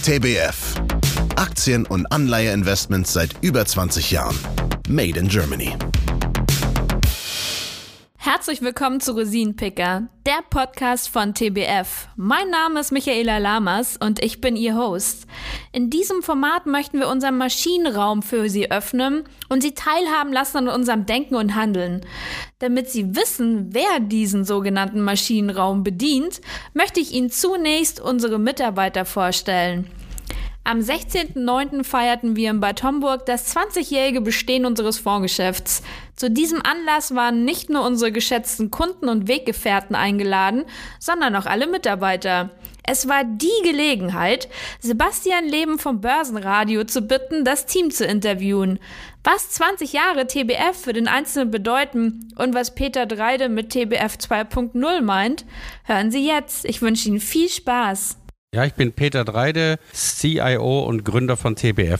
TBF. Aktien- und Anleiheinvestments seit über 20 Jahren. Made in Germany. Herzlich willkommen zu Rosinenpicker, der Podcast von TBF. Mein Name ist Michaela Lamas und ich bin Ihr Host. In diesem Format möchten wir unseren Maschinenraum für Sie öffnen und Sie teilhaben lassen an unserem Denken und Handeln. Damit Sie wissen, wer diesen sogenannten Maschinenraum bedient, möchte ich Ihnen zunächst unsere Mitarbeiter vorstellen. Am 16.09. feierten wir in Bad Homburg das 20-jährige Bestehen unseres Fondsgeschäfts. Zu diesem Anlass waren nicht nur unsere geschätzten Kunden und Weggefährten eingeladen, sondern auch alle Mitarbeiter. Es war die Gelegenheit, Sebastian Leben vom Börsenradio zu bitten, das Team zu interviewen. Was 20 Jahre TBF für den Einzelnen bedeuten und was Peter Dreide mit TBF 2.0 meint, hören Sie jetzt. Ich wünsche Ihnen viel Spaß. Ja, ich bin Peter Dreide, CIO und Gründer von TBF.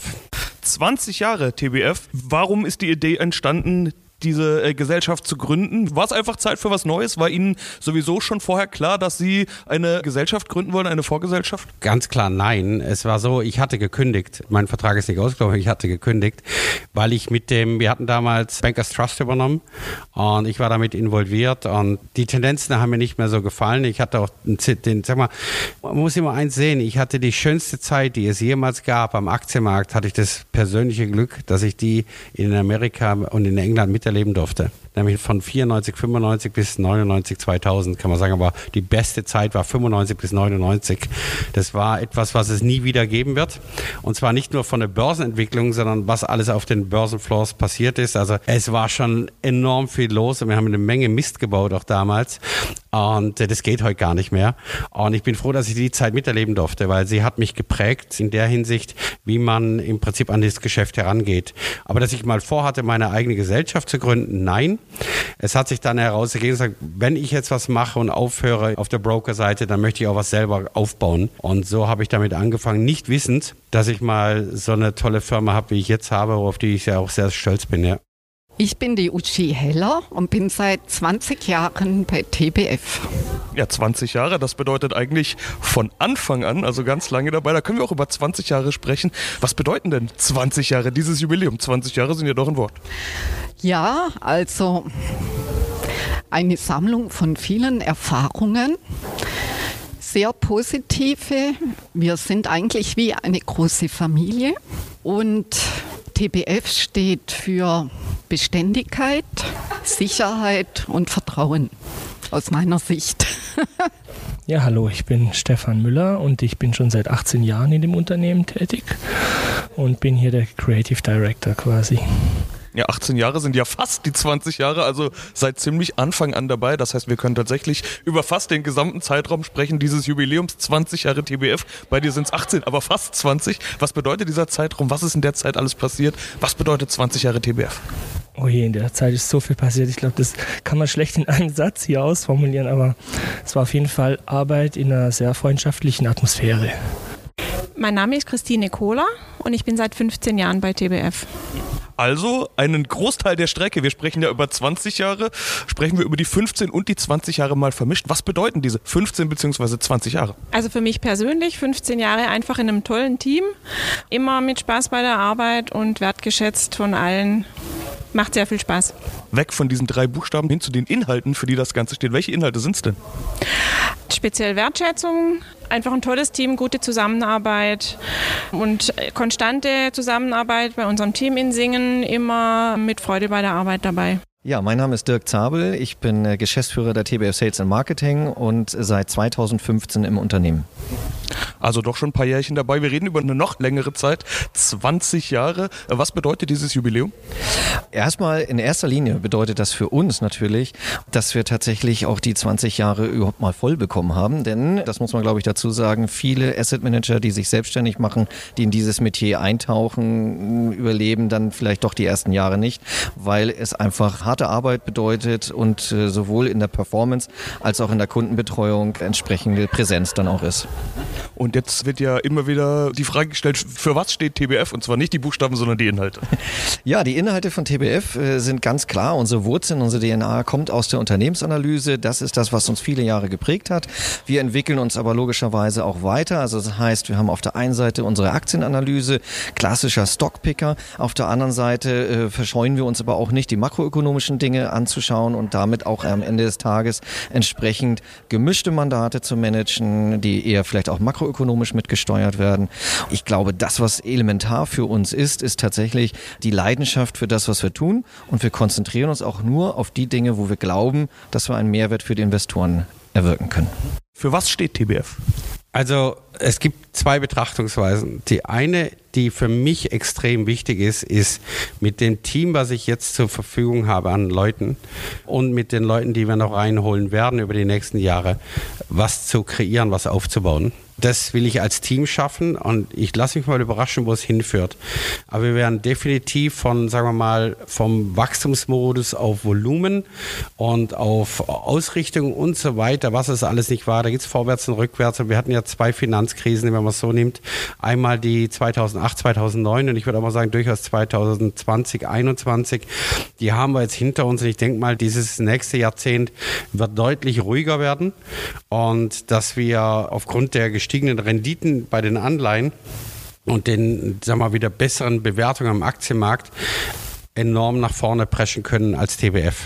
20 Jahre TBF. Warum ist die Idee entstanden, diese Gesellschaft zu gründen? War es einfach Zeit für was Neues? War Ihnen sowieso schon vorher klar, dass Sie eine Gesellschaft gründen wollen, eine Vorgesellschaft? Ganz klar nein. Es war so, ich hatte gekündigt. Mein Vertrag ist nicht ausgelaufen, ich hatte gekündigt, weil ich wir hatten damals Bankers Trust übernommen und ich war damit involviert und die Tendenzen haben mir nicht mehr so gefallen. Ich hatte auch man muss immer eins sehen, ich hatte die schönste Zeit, die es jemals gab am Aktienmarkt, hatte ich das persönliche Glück, dass ich die in Amerika und in England miterleben durfte. Nämlich von 94, 95 bis 99, 2000 kann man sagen, aber die beste Zeit war 95 bis 99. Das war etwas, was es nie wieder geben wird. Und zwar nicht nur von der Börsenentwicklung, sondern was alles auf den Börsenfloors passiert ist. Also es war schon enorm viel los und wir haben eine Menge Mist gebaut auch damals. Und das geht heute gar nicht mehr. Und ich bin froh, dass ich die Zeit miterleben durfte, weil sie hat mich geprägt in der Hinsicht, wie man im Prinzip an das Geschäft herangeht. Aber dass ich mal vorhatte, meine eigene Gesellschaft zu gründen, nein. Es hat sich dann herausgegeben, wenn ich jetzt was mache und aufhöre auf der Brokerseite, dann möchte ich auch was selber aufbauen. Und so habe ich damit angefangen, nicht wissend, dass ich mal so eine tolle Firma habe, wie ich jetzt habe, auf die ich ja auch sehr stolz bin. Ja. Ich bin die Uschi Heller und bin seit 20 Jahren bei TBF. Ja, 20 Jahre, das bedeutet eigentlich von Anfang an, also ganz lange dabei. Da können wir auch über 20 Jahre sprechen. Was bedeuten denn 20 Jahre, dieses Jubiläum? 20 Jahre sind ja doch ein Wort. Ja, also eine Sammlung von vielen Erfahrungen, sehr positive. Wir sind eigentlich wie eine große Familie und TBF steht für Beständigkeit, Sicherheit und Vertrauen, aus meiner Sicht. Ja, hallo, ich bin Stefan Müller und ich bin schon seit 18 Jahren in dem Unternehmen tätig und bin hier der Creative Director quasi. Ja, 18 Jahre sind ja fast die 20 Jahre, also seit ziemlich Anfang an dabei. Das heißt, wir können tatsächlich über fast den gesamten Zeitraum sprechen, dieses Jubiläums, 20 Jahre TBF. Bei dir sind es 18, aber fast 20. Was bedeutet dieser Zeitraum? Was ist in der Zeit alles passiert? Was bedeutet 20 Jahre TBF? Oh je, in der Zeit ist so viel passiert. Ich glaube, das kann man schlecht in einem Satz hier ausformulieren, aber es war auf jeden Fall Arbeit in einer sehr freundschaftlichen Atmosphäre. Mein Name ist Christine Kohler und ich bin seit 15 Jahren bei TBF. Also einen Großteil der Strecke, wir sprechen ja über 20 Jahre, sprechen wir über die 15 und die 20 Jahre mal vermischt. Was bedeuten diese 15 bzw. 20 Jahre? Also für mich persönlich 15 Jahre einfach in einem tollen Team, immer mit Spaß bei der Arbeit und wertgeschätzt von allen. Macht sehr viel Spaß. Weg von diesen 3 Buchstaben hin zu den Inhalten, für die das Ganze steht. Welche Inhalte sind es denn? Speziell Wertschätzung, einfach ein tolles Team, gute Zusammenarbeit und konstante Zusammenarbeit bei unserem Team in Singen, immer mit Freude bei der Arbeit dabei. Ja, mein Name ist Dirk Zabel, ich bin Geschäftsführer der TBF Sales and Marketing und seit 2015 im Unternehmen. Also doch schon ein paar Jährchen dabei. Wir reden über eine noch längere Zeit, 20 Jahre. Was bedeutet dieses Jubiläum? Erstmal in erster Linie bedeutet das für uns natürlich, dass wir tatsächlich auch die 20 Jahre überhaupt mal voll bekommen haben. Denn, das muss man glaube ich dazu sagen, viele Asset Manager, die sich selbstständig machen, die in dieses Metier eintauchen, überleben dann vielleicht doch die ersten Jahre nicht, weil es einfach harte Arbeit bedeutet und sowohl in der Performance als auch in der Kundenbetreuung entsprechende Präsenz dann auch ist. Und Und jetzt wird ja immer wieder die Frage gestellt, für was steht TBF? Und zwar nicht die Buchstaben, sondern die Inhalte. Ja, die Inhalte von TBF sind ganz klar. Unsere Wurzeln, unsere DNA kommt aus der Unternehmensanalyse. Das ist das, was uns viele Jahre geprägt hat. Wir entwickeln uns aber logischerweise auch weiter. Also das heißt, wir haben auf der einen Seite unsere Aktienanalyse, klassischer Stockpicker. Auf der anderen Seite verscheuen wir uns aber auch nicht, die makroökonomischen Dinge anzuschauen und damit auch am Ende des Tages entsprechend gemischte Mandate zu managen, die eher vielleicht auch makroökonomisch mitgesteuert werden. Ich glaube, das, was elementar für uns ist tatsächlich die Leidenschaft für das, was wir tun. Und wir konzentrieren uns auch nur auf die Dinge, wo wir glauben, dass wir einen Mehrwert für die Investoren erwirken können. Für was steht TBF? Also es gibt zwei Betrachtungsweisen. Die eine, die für mich extrem wichtig ist mit dem Team, was ich jetzt zur Verfügung habe an Leuten und mit den Leuten, die wir noch reinholen werden über die nächsten Jahre, was zu kreieren, was aufzubauen. Das will ich als Team schaffen und ich lasse mich mal überraschen, wo es hinführt. Aber wir werden definitiv von, sagen wir mal, vom Wachstumsmodus auf Volumen und auf Ausrichtung und so weiter, was es alles nicht war. Da gibt es vorwärts und rückwärts und wir hatten ja 2 Finanzkrisen, wenn man es so nimmt. Einmal die 2008, 2009 und ich würde auch mal sagen durchaus 2020, 2021. Die haben wir jetzt hinter uns und ich denke mal, dieses nächste Jahrzehnt wird deutlich ruhiger werden und dass wir aufgrund der gestiegenen Renditen bei den Anleihen und den, sagen wir mal, wieder besseren Bewertungen am Aktienmarkt enorm nach vorne preschen können als TBF.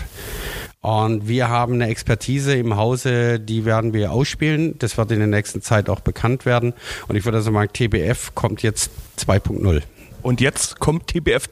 Und wir haben eine Expertise im Hause, die werden wir ausspielen. Das wird in der nächsten Zeit auch bekannt werden. Und ich würde also sagen, TBF kommt jetzt 2.0. Und jetzt kommt TBF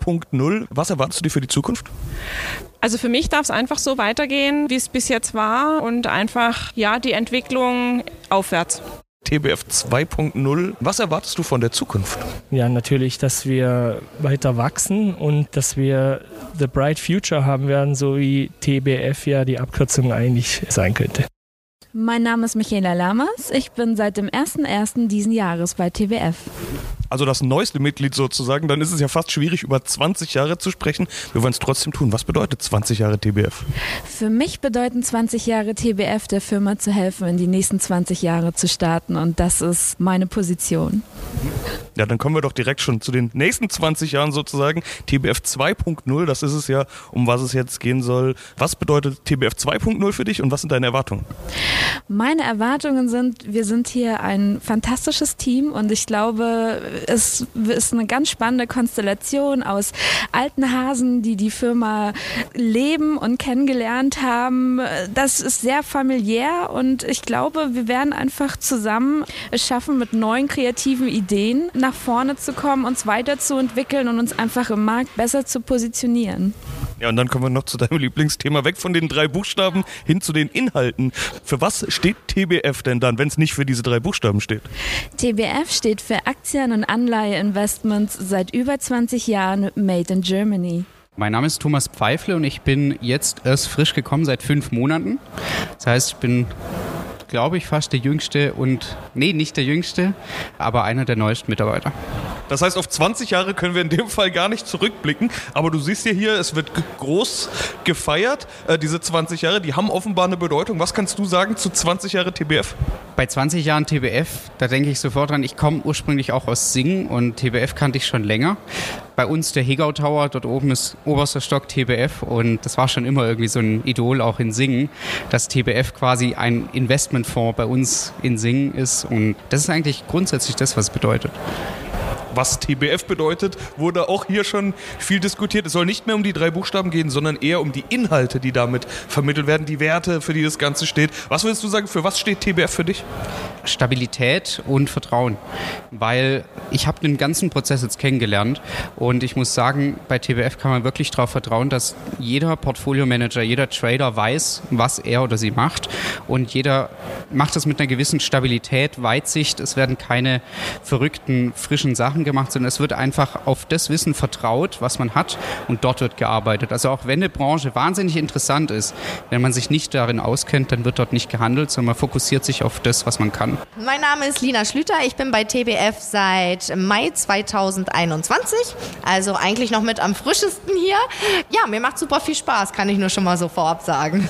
2.0. Was erwartest du dir für die Zukunft? Also für mich darf es einfach so weitergehen, wie es bis jetzt war und einfach die Entwicklung aufwärts. TBF 2.0. Was erwartest du von der Zukunft? Ja, natürlich, dass wir weiter wachsen und dass wir The Bright Future haben werden, so wie TBF ja die Abkürzung eigentlich sein könnte. Mein Name ist Michaela Lamas. Ich bin seit dem 01.01. diesen Jahres bei TBF. Also das neueste Mitglied sozusagen, dann ist es ja fast schwierig, über 20 Jahre zu sprechen. Wir wollen es trotzdem tun. Was bedeutet 20 Jahre TBF? Für mich bedeuten 20 Jahre TBF, der Firma zu helfen, in die nächsten 20 Jahre zu starten. Und das ist meine Position. Ja, dann kommen wir doch direkt schon zu den nächsten 20 Jahren sozusagen. TBF 2.0, das ist es ja, um was es jetzt gehen soll. Was bedeutet TBF 2.0 für dich und was sind deine Erwartungen? Meine Erwartungen sind, wir sind hier ein fantastisches Team und ich glaube, es ist eine ganz spannende Konstellation aus alten Hasen, die die Firma leben und kennengelernt haben. Das ist sehr familiär und ich glaube, wir werden einfach zusammen es schaffen, mit neuen kreativen Ideen nach vorne zu kommen, uns weiterzuentwickeln und uns einfach im Markt besser zu positionieren. Ja, und dann kommen wir noch zu deinem Lieblingsthema, weg von den 3 Buchstaben hin zu den Inhalten. Für was steht TBF denn dann, wenn es nicht für diese 3 Buchstaben steht? TBF steht für Aktien- und Anleiheinvestments seit über 20 Jahren Made in Germany. Mein Name ist Thomas Pfeifle und ich bin jetzt erst frisch gekommen seit 5 Monaten. Das heißt, ich bin, glaube ich, fast der Jüngste nicht der Jüngste, aber einer der neuesten Mitarbeiter. Das heißt, auf 20 Jahre können wir in dem Fall gar nicht zurückblicken, aber du siehst hier, es wird groß gefeiert. Diese 20 Jahre, die haben offenbar eine Bedeutung. Was kannst du sagen zu 20 Jahre TBF? Bei 20 Jahren TBF, da denke ich sofort dran, ich komme ursprünglich auch aus Singen und TBF kannte ich schon länger. Bei uns der Hegau Tower, dort oben ist oberster Stock TBF und das war schon immer irgendwie so ein Idol auch in Singen, dass TBF quasi ein Investmentfonds bei uns in Singen ist und das ist eigentlich grundsätzlich das, was es bedeutet. Was TBF bedeutet, wurde auch hier schon viel diskutiert. Es soll nicht mehr um die 3 Buchstaben gehen, sondern eher um die Inhalte, die damit vermittelt werden, die Werte, für die das Ganze steht. Was würdest du sagen, für was steht TBF für dich? Stabilität und Vertrauen, weil ich habe den ganzen Prozess jetzt kennengelernt und ich muss sagen, bei TBF kann man wirklich darauf vertrauen, dass jeder Portfolio-Manager, jeder Trader weiß, was er oder sie macht und jeder macht das mit einer gewissen Stabilität, Weitsicht. Es werden keine verrückten, frischen Sachen gemacht, sondern es wird einfach auf das Wissen vertraut, was man hat und dort wird gearbeitet. Also auch wenn eine Branche wahnsinnig interessant ist, wenn man sich nicht darin auskennt, dann wird dort nicht gehandelt, sondern man fokussiert sich auf das, was man kann. Mein Name ist Lina Schlüter, ich bin bei TBF seit Mai 2021, also eigentlich noch mit am frischesten hier. Ja, mir macht super viel Spaß, kann ich nur schon mal so vorab sagen.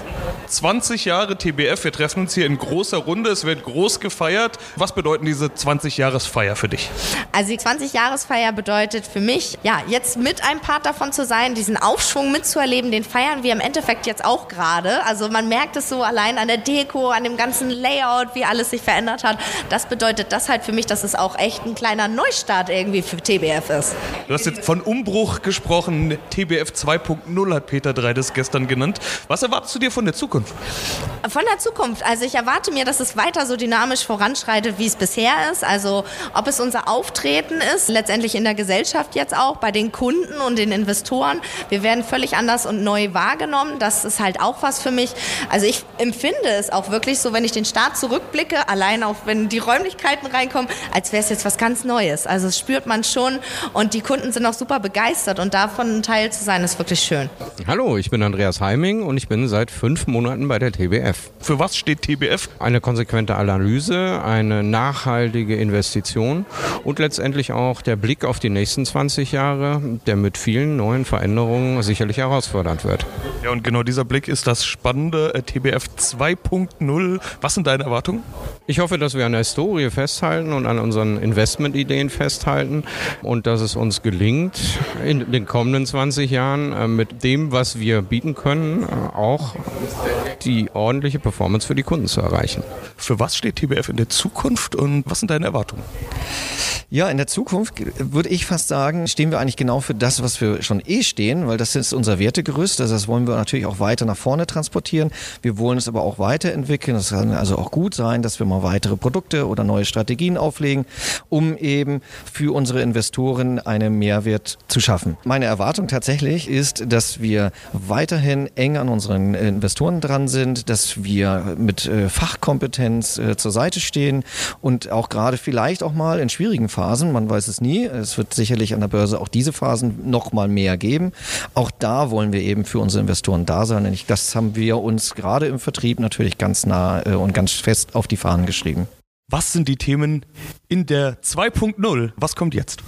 20 Jahre TBF, wir treffen uns hier in großer Runde, es wird groß gefeiert. Was bedeuten diese 20-Jahresfeier für dich? Also die 20-Jahresfeier bedeutet für mich, ja, jetzt mit einem Part davon zu sein, diesen Aufschwung mitzuerleben, den feiern wir im Endeffekt jetzt auch gerade. Also man merkt es so allein an der Deko, an dem ganzen Layout, wie alles sich verändert hat. Das bedeutet das halt für mich, dass es auch echt ein kleiner Neustart irgendwie für TBF ist. Du hast jetzt von Umbruch gesprochen, TBF 2.0 hat Peter Drey das gestern genannt. Was erwartest du dir von der Zukunft? Von der Zukunft, also ich erwarte mir, dass es weiter so dynamisch voranschreitet, wie es bisher ist. Also ob es unser Auftreten ist, letztendlich in der Gesellschaft jetzt auch, bei den Kunden und den Investoren. Wir werden völlig anders und neu wahrgenommen. Das ist halt auch was für mich. Also ich empfinde es auch wirklich so, wenn ich den Start zurückblicke, allein auch wenn die Räumlichkeiten reinkommen, als wäre es jetzt was ganz Neues. Also das spürt man schon und die Kunden sind auch super begeistert und davon ein Teil zu sein, ist wirklich schön. Hallo, ich bin Andreas Heiming und ich bin seit 5 Monaten bei der TBF. Für was steht TBF? Eine konsequente Analyse, eine nachhaltige Investition und letztendlich auch der Blick auf die nächsten 20 Jahre, der mit vielen neuen Veränderungen sicherlich herausfordernd wird. Ja, und genau dieser Blick ist das spannende TBF 2.0. Was sind deine Erwartungen? Ich hoffe, dass wir an der Historie festhalten und an unseren Investmentideen festhalten und dass es uns gelingt, in den kommenden 20 Jahren mit dem, was wir bieten können, auch die ordentliche Performance für die Kunden zu erreichen. Für was steht TBF in der Zukunft und was sind deine Erwartungen? Ja, in der Zukunft würde ich fast sagen, stehen wir eigentlich genau für das, was wir schon stehen, weil das ist unser Wertegerüst. Also das wollen wir natürlich auch weiter nach vorne transportieren. Wir wollen es aber auch weiterentwickeln. Es kann also auch gut sein, dass wir mal weitere Produkte oder neue Strategien auflegen, um eben für unsere Investoren einen Mehrwert zu schaffen. Meine Erwartung tatsächlich ist, dass wir weiterhin eng an unseren Investoren dran sind, dass wir mit Fachkompetenz zur Seite stehen und auch gerade vielleicht auch mal in schwierigen Phasen, man weiß es nie, es wird sicherlich an der Börse auch diese Phasen noch mal mehr geben. Auch da wollen wir eben für unsere Investoren da sein. Und das haben wir uns gerade im Vertrieb natürlich ganz nah und ganz fest auf die Fahnen geschrieben. Was sind die Themen in der 2.0? Was kommt jetzt?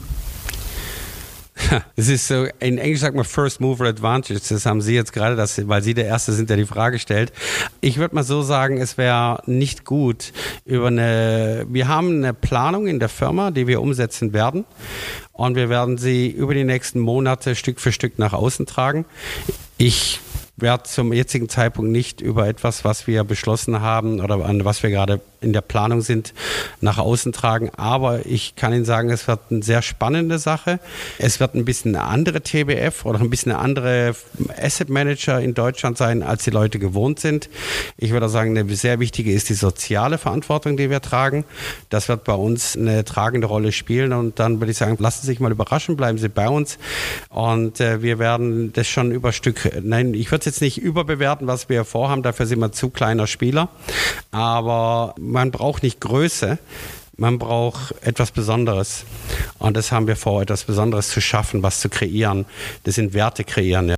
Es ist so, in Englisch sagt man First Mover Advantage. Das haben Sie jetzt gerade, weil Sie der Erste sind, der die Frage stellt. Ich würde mal so sagen, es wäre nicht gut wir haben eine Planung in der Firma, die wir umsetzen werden. Und wir werden sie über die nächsten Monate Stück für Stück nach außen tragen. Ich werde zum jetzigen Zeitpunkt nicht über etwas, was wir beschlossen haben oder an was wir gerade in der Planung sind, nach außen tragen. Aber ich kann Ihnen sagen, es wird eine sehr spannende Sache. Es wird ein bisschen eine andere TBF oder ein bisschen eine andere Asset Manager in Deutschland sein, als die Leute gewohnt sind. Ich würde sagen, eine sehr wichtige ist die soziale Verantwortung, die wir tragen. Das wird bei uns eine tragende Rolle spielen. Und dann würde ich sagen, lassen Sie sich mal überraschen, bleiben Sie bei uns. Und wir werden das schon über Stück, nein, ich würde es jetzt nicht überbewerten, was wir vorhaben. Dafür sind wir zu kleiner Spieler. Aber man braucht nicht Größe, man braucht etwas Besonderes. Und das haben wir vor, etwas Besonderes zu schaffen, was zu kreieren. Das sind Werte kreieren. Ja.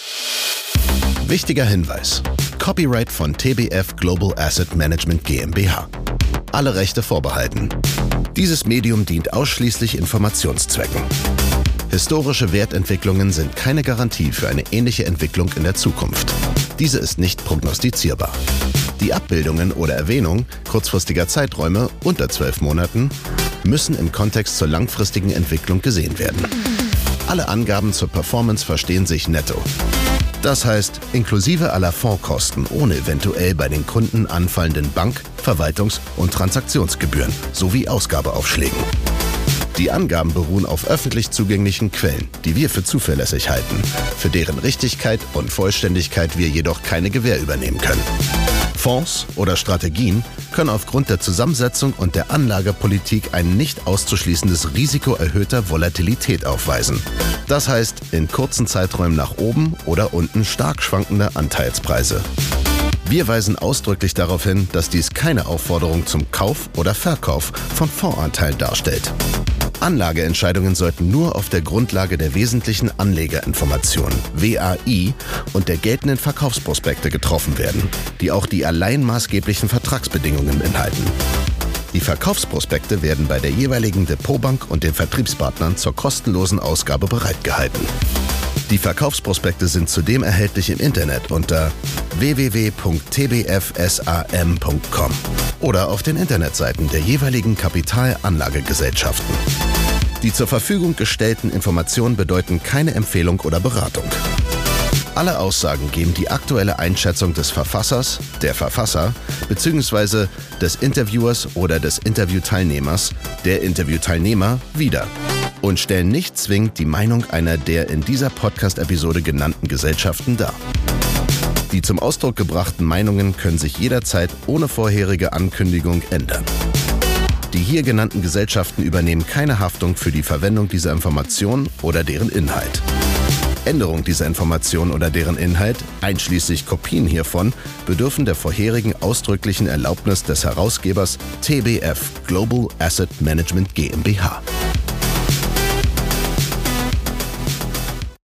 Wichtiger Hinweis. Copyright von TBF Global Asset Management GmbH. Alle Rechte vorbehalten. Dieses Medium dient ausschließlich Informationszwecken. Historische Wertentwicklungen sind keine Garantie für eine ähnliche Entwicklung in der Zukunft. Diese ist nicht prognostizierbar. Die Abbildungen oder Erwähnung kurzfristiger Zeiträume unter 12 Monaten müssen im Kontext zur langfristigen Entwicklung gesehen werden. Alle Angaben zur Performance verstehen sich netto. Das heißt, inklusive aller Fondskosten ohne eventuell bei den Kunden anfallenden Bank-, Verwaltungs- und Transaktionsgebühren sowie Ausgabeaufschlägen. Die Angaben beruhen auf öffentlich zugänglichen Quellen, die wir für zuverlässig halten, für deren Richtigkeit und Vollständigkeit wir jedoch keine Gewähr übernehmen können. Fonds oder Strategien können aufgrund der Zusammensetzung und der Anlagepolitik ein nicht auszuschließendes Risiko erhöhter Volatilität aufweisen. Das heißt, in kurzen Zeiträumen nach oben oder unten stark schwankende Anteilspreise. Wir weisen ausdrücklich darauf hin, dass dies keine Aufforderung zum Kauf oder Verkauf von Fondsanteilen darstellt. Anlageentscheidungen sollten nur auf der Grundlage der wesentlichen Anlegerinformationen, WAI, und der geltenden Verkaufsprospekte getroffen werden, die auch die allein maßgeblichen Vertragsbedingungen beinhalten. Die Verkaufsprospekte werden bei der jeweiligen Depotbank und den Vertriebspartnern zur kostenlosen Ausgabe bereitgehalten. Die Verkaufsprospekte sind zudem erhältlich im Internet unter www.tbfsam.com oder auf den Internetseiten der jeweiligen Kapitalanlagegesellschaften. Die zur Verfügung gestellten Informationen bedeuten keine Empfehlung oder Beratung. Alle Aussagen geben die aktuelle Einschätzung des Verfassers, der Verfasser bzw. des Interviewers oder des Interviewteilnehmers, der Interviewteilnehmer wider und stellen nicht zwingend die Meinung einer der in dieser Podcast-Episode genannten Gesellschaften dar. Die zum Ausdruck gebrachten Meinungen können sich jederzeit ohne vorherige Ankündigung ändern. Die hier genannten Gesellschaften übernehmen keine Haftung für die Verwendung dieser Information oder deren Inhalt. Änderung dieser Information oder deren Inhalt, einschließlich Kopien hiervon, bedürfen der vorherigen ausdrücklichen Erlaubnis des Herausgebers TBF Global Asset Management GmbH.